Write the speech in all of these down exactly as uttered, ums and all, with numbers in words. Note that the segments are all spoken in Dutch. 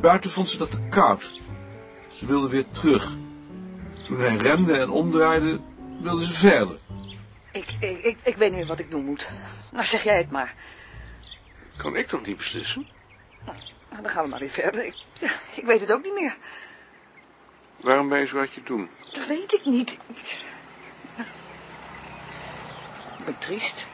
Buiten vond ze dat te koud. Ze wilde weer terug. Toen hij remde en omdraaide, wilde ze verder. Ik, ik, ik, ik weet niet meer wat ik doen moet. Nou, zeg jij het maar. Kan ik toch niet beslissen? Nou, dan gaan we maar weer verder. Ik, ja, ik weet het ook niet meer. Waarom ben je zo uit je doen? Dat weet ik niet. Ik, ik ben triest.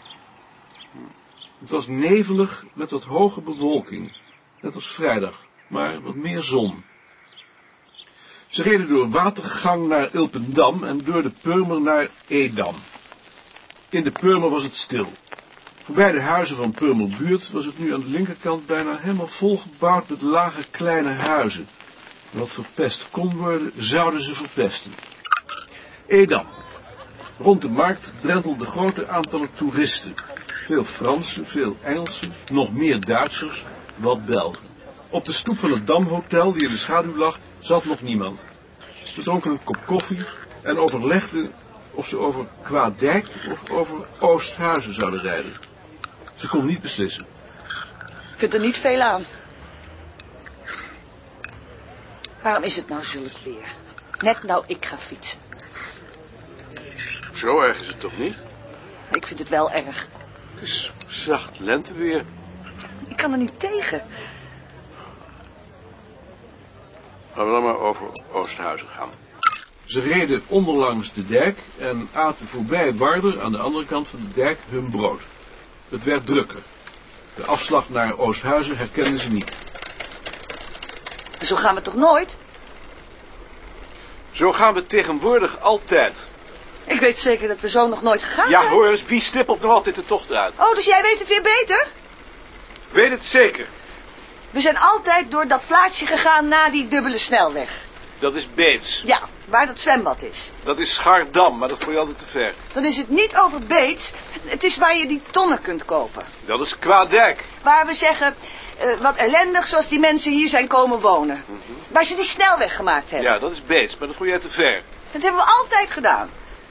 Het was nevelig met wat hoge bewolking. Net als vrijdag, maar wat meer zon. Ze reden door Watergang naar Ilpendam en door de Purmer naar Edam. In de Purmer was het stil. Voorbij de huizen van Purmerbuurt was het nu aan de linkerkant bijna helemaal volgebouwd met lage kleine huizen. Wat verpest kon worden, zouden ze verpesten. Edam. Rond de markt drentelden grote aantallen toeristen. Veel Fransen, veel Engelsen, nog meer Duitsers, wat Belgen. Op de stoep van het Damhotel, die in de schaduw lag, zat nog niemand. Ze dronken een kop koffie en overlegden of ze over Kwaadijk of over Oosthuizen zouden rijden. Ze kon niet beslissen. Ik vind er niet veel aan. Waarom is het nou zulk weer? Net nou ik ga fietsen. Zo erg is het toch niet? Ik vind het wel erg. Het is zacht lenteweer. Ik kan er niet tegen. Gaan we dan maar over Oosthuizen gaan. Ze reden onderlangs de dijk en aten voorbij Warder aan de andere kant van de dijk hun brood. Het werd drukker. De afslag naar Oosthuizen herkenden ze niet. Zo gaan we toch nooit? Zo gaan we tegenwoordig altijd. Ik weet zeker dat we zo nog nooit gegaan Ja, zijn. hoor eens, wie stippelt nog altijd de tocht uit? Oh, dus jij weet het weer beter? Weet het zeker. We zijn altijd door dat plaatsje gegaan na die dubbele snelweg. Dat is Beets. Ja, waar dat zwembad is. Dat is Schaardam, maar dat vond je altijd te ver. Dan is het niet over Beets. Het is waar je die tonnen kunt kopen. Dat is Kwaadijk. Waar we zeggen, uh, wat ellendig zoals die mensen hier zijn komen wonen. Mm-hmm. Waar ze die snelweg gemaakt hebben. Ja, dat is Beets, maar dat vond jij te ver. Dat hebben we altijd gedaan.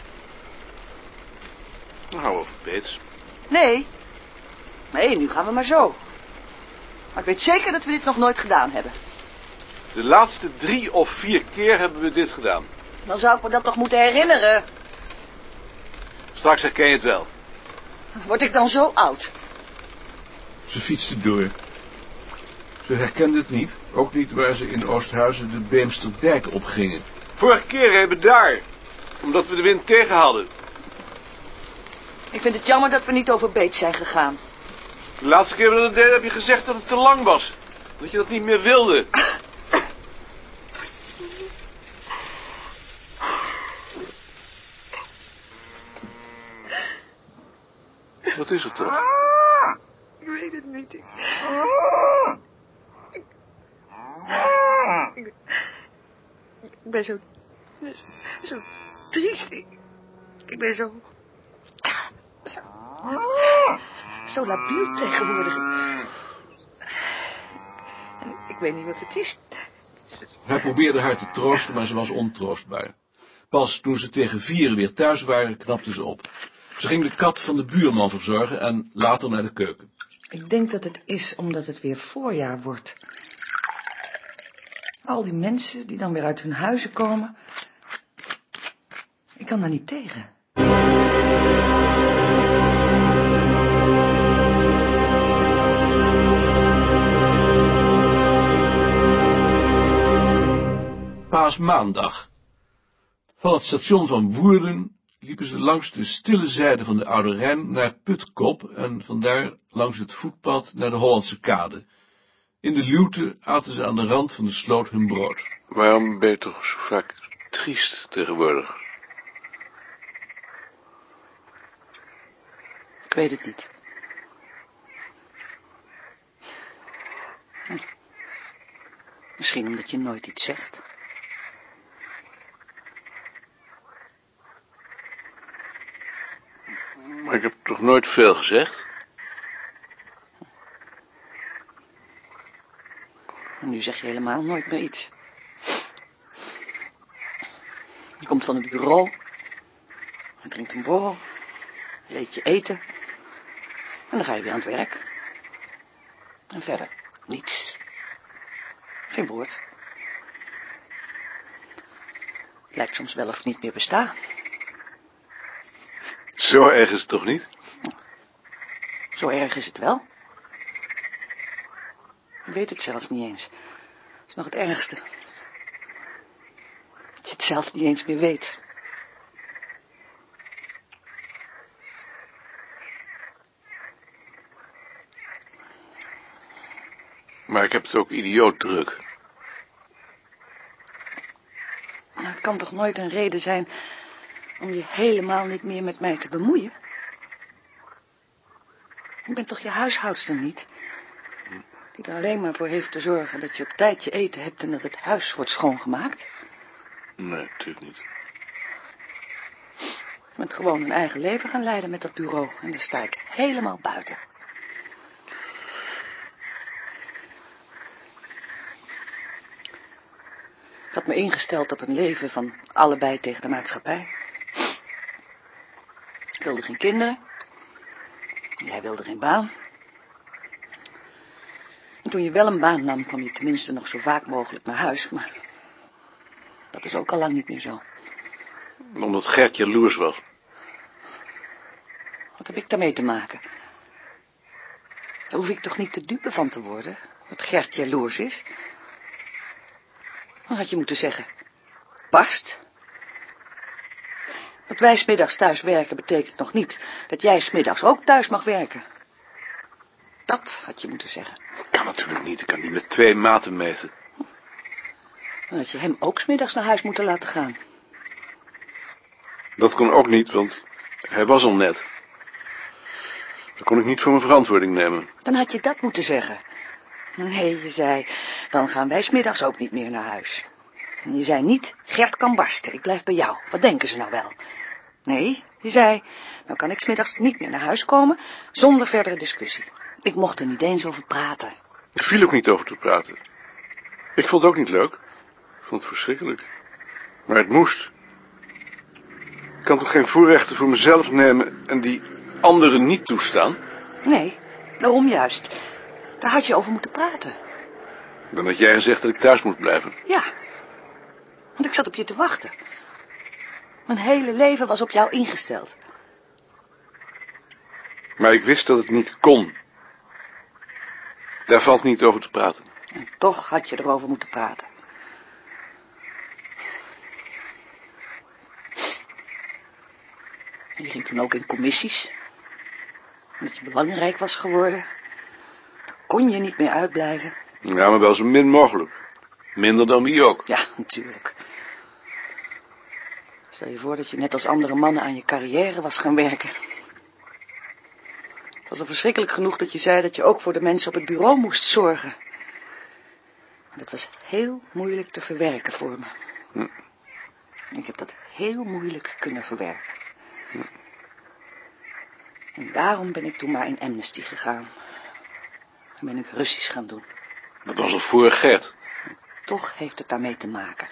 Dan houden we over Beets. Nee. Nee, nu gaan we maar zo. Maar ik weet zeker dat we dit nog nooit gedaan hebben. De laatste drie of vier keer hebben we dit gedaan. Dan zou ik me dat toch moeten herinneren. Straks herken je het wel. Word ik dan zo oud? Ze fietsten door. Ze herkenden het niet, ook niet waar ze in Oosthuizen de Beemsterdijk opgingen. Vorige keer hebben we daar, omdat we de wind tegen hadden. Ik vind het jammer dat we niet over Beets zijn gegaan. De laatste keer dat we dat deden heb je gezegd dat het te lang was. Dat je dat niet meer wilde. Wat is het toch? Ik weet het niet. Ik, ik, ik ben zo, zo triest. Ik, ik ben zo, zo, zo labiel tegenwoordig. En ik weet niet wat het is. Hij probeerde haar te troosten, maar ze was ontroostbaar. Pas toen ze tegen vieren weer thuis waren, knapte ze op. Ze ging de kat van de buurman verzorgen en later naar de keuken. Ik denk dat het is omdat het weer voorjaar wordt. Al die mensen die dan weer uit hun huizen komen. Ik kan daar niet tegen. Paasmaandag. Van het station van Woerden liepen ze langs de stille zijde van de Oude Rijn naar Putkop en vandaar langs het voetpad naar de Hollandse Kade. In de luwte aten ze aan de rand van de sloot hun brood. Waarom ben je toch zo vaak triest tegenwoordig? Ik weet het niet. Hm. Misschien omdat je nooit iets zegt. Maar ik heb toch nooit veel gezegd? En nu zeg je helemaal nooit meer iets. Je komt van het bureau. Je drinkt een borrel. Je eet je eten. En dan ga je weer aan het werk. En verder niets. Geen woord. Het lijkt soms wel of ik niet meer besta. Zo erg is het toch niet? Zo erg is het wel. Ik weet het zelf niet eens. Dat is nog het ergste. Dat je het zelf niet eens meer weet. Maar ik heb het ook idioot druk. Maar het kan toch nooit een reden zijn om je helemaal niet meer met mij te bemoeien? Ik ben toch je huishoudster niet? Die er alleen maar voor heeft te zorgen dat je op tijd je eten hebt en dat het huis wordt schoongemaakt? Nee, natuurlijk niet. Je bent gewoon een eigen leven gaan leiden met dat bureau en daar sta ik helemaal buiten. Ik had me ingesteld op een leven van allebei tegen de maatschappij. Ik wilde geen kinderen. Jij wilde geen baan. En toen je wel een baan nam, kwam je tenminste nog zo vaak mogelijk naar huis. Maar dat is ook al lang niet meer zo. Omdat Gert jaloers was. Wat heb ik daarmee te maken? Daar hoef ik toch niet de dupe van te worden, dat Gert jaloers is? Dan had je moeten zeggen, barst. Dat wij 's middags thuis werken betekent nog niet dat jij 's middags ook thuis mag werken. Dat had je moeten zeggen. Kan natuurlijk niet. Ik kan niet met twee maten meten. Dan had je hem ook 's middags naar huis moeten laten gaan. Dat kon ook niet, want hij was al net. Dat kon ik niet voor mijn verantwoording nemen. Dan had je dat moeten zeggen. Nee, je zei, dan gaan wij 's middags ook niet meer naar huis. En je zei niet, Gert kan barsten, ik blijf bij jou. Wat denken ze nou wel? Nee, je zei, nou kan ik 's middags niet meer naar huis komen, zonder verdere discussie. Ik mocht er niet eens over praten. Er viel ook niet over te praten. Ik vond het ook niet leuk. Ik vond het verschrikkelijk. Maar het moest. Ik kan toch geen voorrechten voor mezelf nemen en die anderen niet toestaan? Nee, daarom juist. Daar had je over moeten praten. Dan had jij gezegd dat ik thuis moest blijven. Ja, want ik zat op je te wachten. Mijn hele leven was op jou ingesteld. Maar ik wist dat het niet kon. Daar valt niet over te praten. En toch had je erover moeten praten. En je ging toen ook in commissies. Omdat je belangrijk was geworden. Daar kon je niet meer uitblijven. Ja, maar wel zo min mogelijk. Minder dan wie ook. Ja, natuurlijk. Stel je voor dat je net als andere mannen aan je carrière was gaan werken. Het was al verschrikkelijk genoeg dat je zei dat je ook voor de mensen op het bureau moest zorgen. En dat was heel moeilijk te verwerken voor me. Hm. Ik heb dat heel moeilijk kunnen verwerken. Hm. En daarom ben ik toen maar in Amnesty gegaan. En ben ik Russisch gaan doen. Dat was al voor Gert. En toch heeft het daarmee te maken.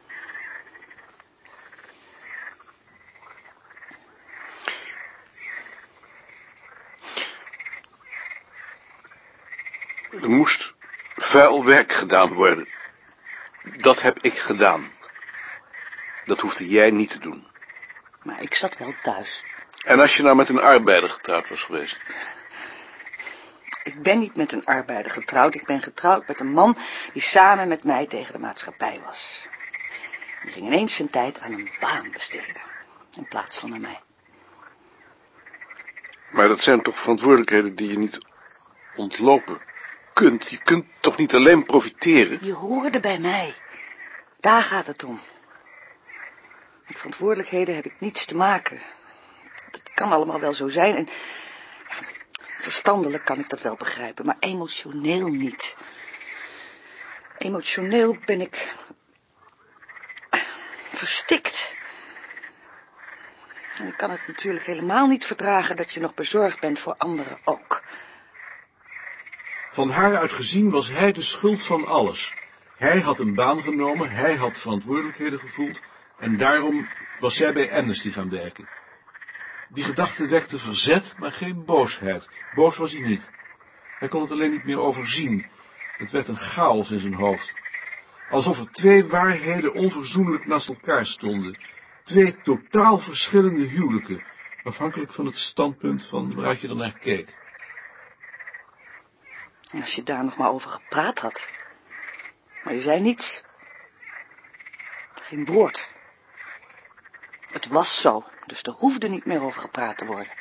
Er moest vuil werk gedaan worden. Dat heb ik gedaan. Dat hoefde jij niet te doen. Maar ik zat wel thuis. En als je nou met een arbeider getrouwd was geweest? Ik ben niet met een arbeider getrouwd. Ik ben getrouwd met een man die samen met mij tegen de maatschappij was. Die ging ineens zijn tijd aan een baan besteden. In plaats van aan mij. Maar dat zijn toch verantwoordelijkheden die je niet ontlopen kunt. Je kunt toch niet alleen profiteren? Je hoorde bij mij. Daar gaat het om. Met verantwoordelijkheden heb ik niets te maken. Dat kan allemaal wel zo zijn. En ja, verstandelijk kan ik dat wel begrijpen, maar emotioneel niet. Emotioneel ben ik verstikt. En ik kan het natuurlijk helemaal niet verdragen dat je nog bezorgd bent voor anderen ook. Van haar uit gezien was hij de schuld van alles. Hij had een baan genomen, hij had verantwoordelijkheden gevoeld en daarom was zij bij Amnesty gaan werken. Die gedachte wekte verzet, maar geen boosheid. Boos was hij niet. Hij kon het alleen niet meer overzien. Het werd een chaos in zijn hoofd. Alsof er twee waarheden onverzoenlijk naast elkaar stonden. Twee totaal verschillende huwelijken, afhankelijk van het standpunt van waaruit je er naar keek. Als je daar nog maar over gepraat had. Maar je zei niets. Geen woord. Het was zo, dus er hoefde niet meer over gepraat te worden.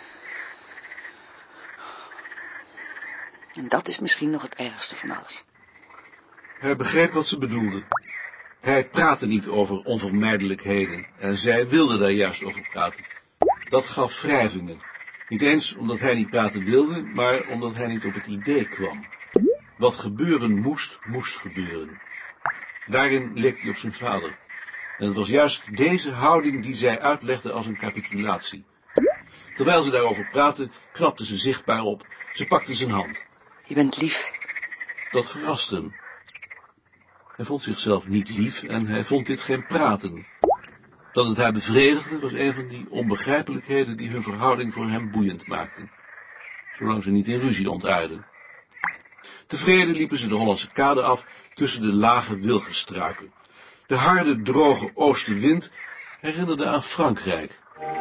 En dat is misschien nog het ergste van alles. Hij begreep wat ze bedoelde. Hij praatte niet over onvermijdelijkheden en zij wilde daar juist over praten. Dat gaf wrijvingen. Niet eens omdat hij niet praten wilde, maar omdat hij niet op het idee kwam. Wat gebeuren moest, moest gebeuren. Daarin leek hij op zijn vader. En het was juist deze houding die zij uitlegde als een capitulatie. Terwijl ze daarover praatte, knapte ze zichtbaar op. Ze pakte zijn hand. Je bent lief. Dat verraste hem. Hij vond zichzelf niet lief en hij vond dit geen praten. Dat het haar bevredigde was een van die onbegrijpelijkheden die hun verhouding voor hem boeiend maakten. Zolang ze niet in ruzie ontaarden. Tevreden liepen ze de Hollandse kade af tussen de lage wilgenstruiken. De harde, droge oostenwind herinnerde aan Frankrijk.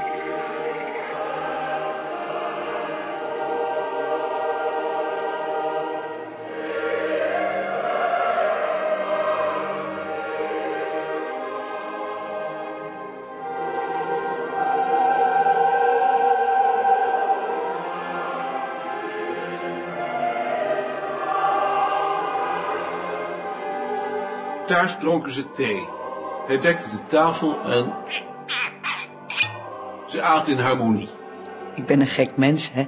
Thuis dronken ze thee. Hij dekte de tafel en ze aten in harmonie. Ik ben een gek mens, hè?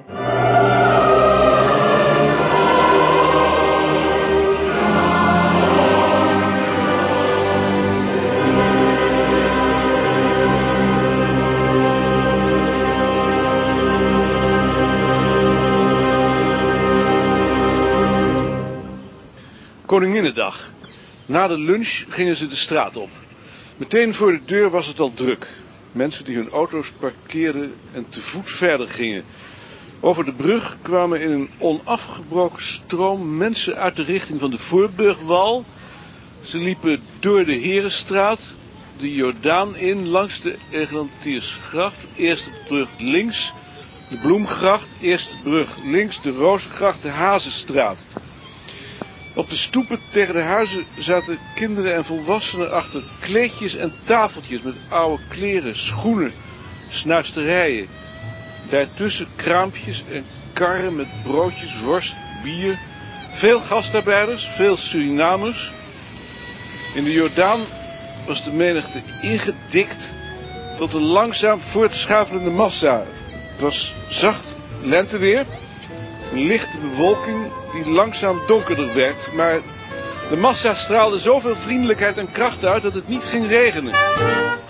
Koninginnedag. Na de lunch gingen ze de straat op. Meteen voor de deur was het al druk. Mensen die hun auto's parkeerden en te voet verder gingen. Over de brug kwamen in een onafgebroken stroom mensen uit de richting van de Voorburgwal. Ze liepen door de Herenstraat, de Jordaan in, langs de Eglantiersgracht, eerste brug links, de Bloemgracht, eerste brug links, de Rozengracht, de Hazenstraat. Op de stoepen tegen de huizen zaten kinderen en volwassenen achter kleedjes en tafeltjes met oude kleren, schoenen, snuisterijen. Daartussen kraampjes en karren met broodjes, worst, bier. Veel gastarbeiders, veel Surinamers. In de Jordaan was de menigte ingedikt tot een langzaam voortschuifelende massa. Het was zacht lenteweer. Een lichte bewolking die langzaam donkerder werd, maar de massa straalde zoveel vriendelijkheid en kracht uit dat het niet ging regenen.